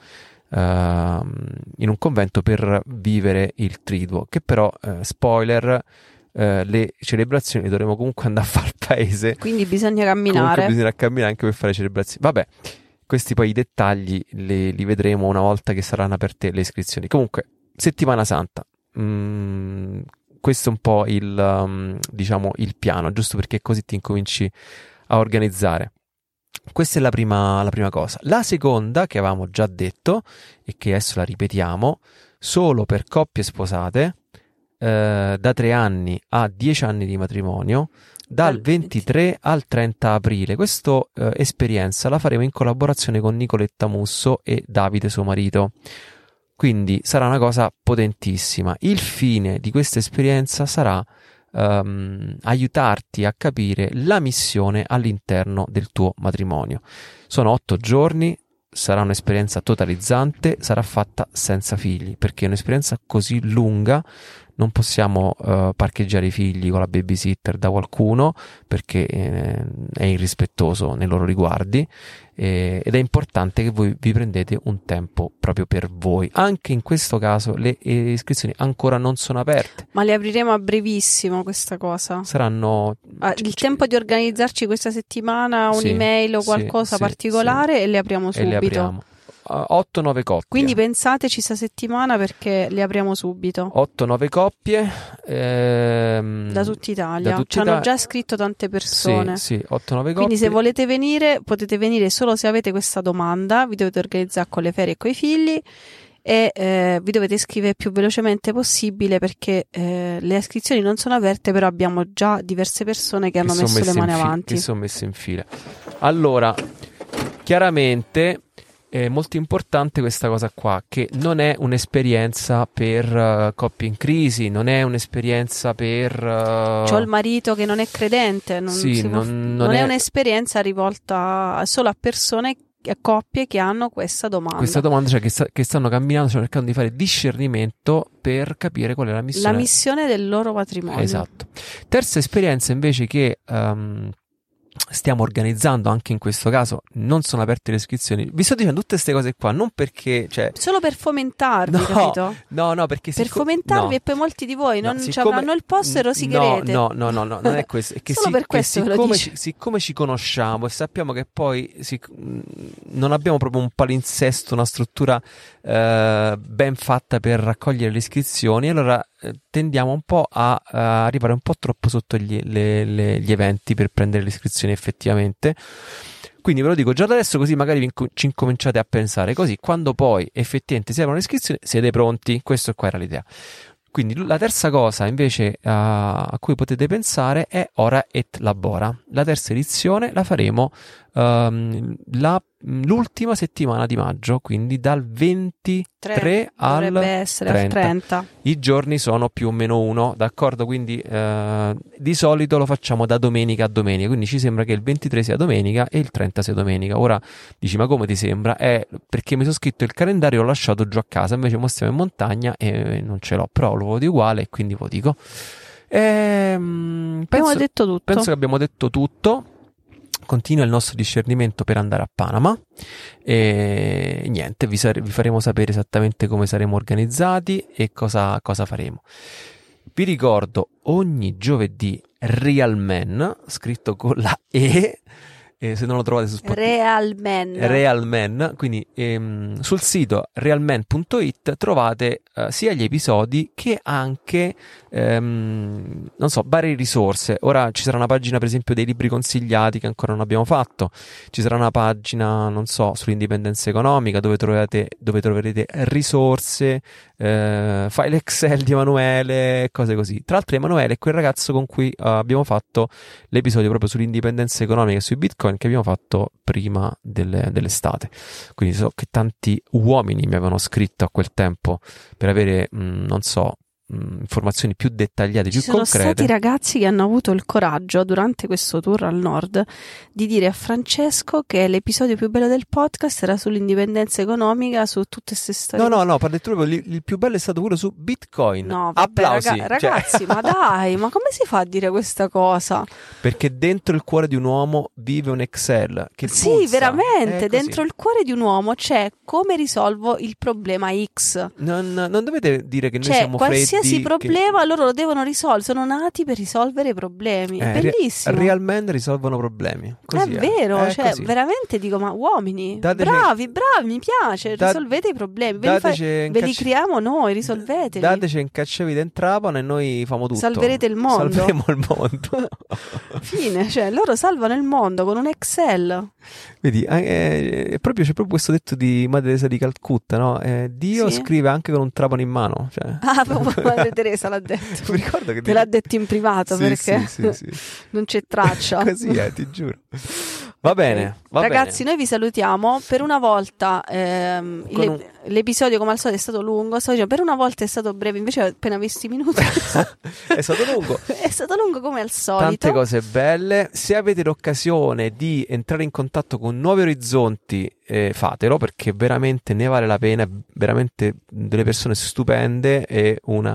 in un convento per vivere il triduo, che però spoiler le celebrazioni le dovremo comunque andare a fare al paese. Quindi bisogna camminare. Comunque bisogna camminare anche per fare celebrazioni. Vabbè, questi poi i dettagli li vedremo una volta che saranno aperte le iscrizioni. Comunque, settimana santa. Questo è un po' diciamo, il piano, giusto perché così ti incominci a organizzare. Questa è la prima cosa. La seconda, che avevamo già detto e che adesso la ripetiamo, solo per coppie sposate da 3 anni a 10 anni di matrimonio, dal 23 al 30 aprile. Questa esperienza la faremo in collaborazione con Nicoletta Musso e Davide, suo marito. Quindi sarà una cosa potentissima. Il fine di questa esperienza sarà aiutarti a capire la missione all'interno del tuo matrimonio. Sono 8 giorni, sarà un'esperienza totalizzante, sarà fatta senza figli, perché un'esperienza così lunga non possiamo parcheggiare i figli con la babysitter da qualcuno, perché è irrispettoso nei loro riguardi, ed è importante che voi vi prendete un tempo proprio per voi. Anche in questo caso le iscrizioni ancora non sono aperte, ma le apriremo a brevissimo. Questa cosa saranno il tempo di organizzarci questa settimana, un'email o qualcosa particolare, e le apriamo subito. E le apriamo 8-9 coppie. Quindi pensateci sta settimana, perché le apriamo subito. 8-9 coppie da tutta Italia. Ci hanno già scritto tante persone. Sì, 8-9 coppie. Quindi se volete venire, potete venire solo se avete questa domanda. Vi dovete organizzare con le ferie e con i figli, e vi dovete iscrivere il più velocemente possibile, perché le iscrizioni non sono aperte, però abbiamo già diverse persone che hanno messo le mani avanti. Che sono messe in fila. Allora, chiaramente è molto importante questa cosa qua, che non è un'esperienza per coppie in crisi, non è un'esperienza per c'ho il marito che non è credente, non è un'esperienza rivolta solo a persone, a coppie che hanno questa domanda. Questa domanda, cioè che stanno camminando, cercando di fare discernimento per capire qual è la missione. La missione del loro matrimonio. Esatto. Terza esperienza invece che stiamo organizzando anche in questo caso, non sono aperte le iscrizioni. Vi sto dicendo tutte queste cose qua non perché, cioè, solo per fomentarvi, capito? No, perché per fomentarvi, e poi molti di voi non avranno il posto e rosicherete. No, non è questo. È che solo per questo siccome ci conosciamo e sappiamo che poi non abbiamo proprio un palinsesto, una struttura ben fatta per raccogliere le iscrizioni, allora tendiamo un po' a arrivare un po' troppo sotto gli eventi per prendere le iscrizioni effettivamente. Quindi ve lo dico già da adesso, così magari ci incominciate a pensare, così quando poi effettivamente si aprono le iscrizioni siete pronti. Questo qua era l'idea. Quindi la terza cosa invece a cui potete pensare è Ora et Labora. La terza edizione la faremo l'ultima settimana di maggio, quindi dal 23 al 30. I giorni sono più o meno uno, d'accordo? Quindi di solito lo facciamo da domenica a domenica, quindi ci sembra che il 23 sia domenica e il 30 sia domenica. Ora dici, ma come ti sembra? Perché mi sono scritto il calendario, l'ho lasciato giù a casa, invece mo stiamo in montagna e non ce l'ho, però lo voti uguale e quindi ve lo dico. Abbiamo detto tutto. Penso che abbiamo detto tutto. Continua il nostro discernimento per andare a Panama e niente, vi faremo sapere esattamente come saremo organizzati e cosa faremo. Vi ricordo, ogni giovedì Real Men, scritto con la E, se non lo trovate su Spotify, Real Men, quindi sul sito realmen.it trovate sia gli episodi che anche non so, varie risorse. Ora ci sarà una pagina per esempio dei libri consigliati che ancora non abbiamo fatto, ci sarà una pagina, non so, sull'indipendenza economica dove troverete risorse, file Excel di Emanuele, cose così. Tra l'altro Emanuele è quel ragazzo con cui abbiamo fatto l'episodio proprio sull'indipendenza economica e sui bitcoin che abbiamo fatto prima dell'estate. Quindi so che tanti uomini mi avevano scritto a quel tempo per avere non so, informazioni più dettagliate, più concrete. Ci sono stati ragazzi che hanno avuto il coraggio durante questo tour al nord di dire a Francesco che l'episodio più bello del podcast era sull'indipendenza economica, su tutte queste storie. No, parli proprio, il più bello è stato quello su Bitcoin. No, vabbè, applausi, ragazzi, ma dai, ma come si fa a dire questa cosa? Perché dentro il cuore di un uomo vive un Excel che sì, pulsa. veramente, dentro il cuore di un uomo c'è come risolvo il problema X. Non dovete dire che noi c'è siamo freddi qualsiasi problema loro lo devono risolvere, sono nati per risolvere i problemi. È bellissimo. Realmente risolvono problemi. Così è vero, è cioè così. veramente dico, ma uomini, Dateci, bravi, mi piace, risolvete i problemi, ve li creiamo noi, risolveteli. Dateci in cacciavite in trapano e noi famo tutto. Salverete il mondo. Salveremo il mondo. Fine, cioè loro salvano il mondo con un Excel. Vedi, c'è proprio questo detto di Madre Teresa di Calcutta, no? Dio scrive anche con un trapano in mano. Cioè. Ah, proprio Madre Teresa l'ha detto. Mi ricordo che te l'ha detto in privato perché non c'è traccia. Così è, ti giuro. Va bene. Ragazzi, noi vi salutiamo. Per una volta l'episodio, come al solito, è stato lungo. Per una volta è stato breve, invece appena visto i minuti. È stato lungo. È stato lungo come al solito. Tante cose belle. Se avete l'occasione di entrare in contatto con nuovi orizzonti, fatelo, perché veramente ne vale la pena. Veramente delle persone stupende e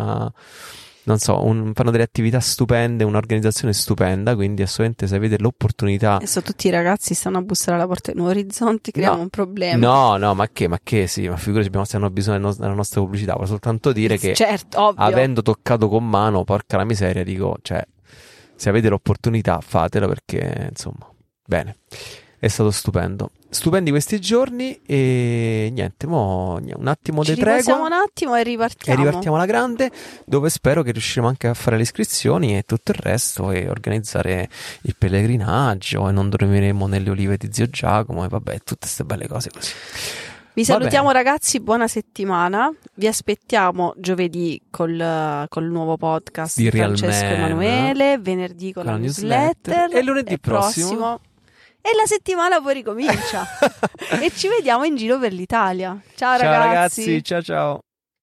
fanno delle attività stupende, un'organizzazione stupenda, quindi assolutamente se avete l'opportunità. Adesso tutti i ragazzi stanno a bussare alla porta di Nuovi Orizzonti, creiamo un problema. No, ma che sì, ma figurati, se hanno bisogno della nostra pubblicità, voglio soltanto dire che ovvio. Avendo toccato con mano, porca la miseria, dico, cioè, se avete l'opportunità fatelo, perché insomma, bene. È stato stupendo. Stupendi questi giorni e niente, un attimo di tregua. Ci un attimo e ripartiamo. E ripartiamo alla grande, dove spero che riusciremo anche a fare le iscrizioni e tutto il resto e organizzare il pellegrinaggio e non dormiremo nelle olive di zio Giacomo e vabbè, tutte queste belle cose così. Vi salutiamo ragazzi, buona settimana. Vi aspettiamo giovedì col nuovo podcast di Francesco Emanuele, venerdì con la newsletter e lunedì prossimo. E la settimana poi ricomincia. E ci vediamo in giro per l'Italia. Ciao ragazzi. Ciao.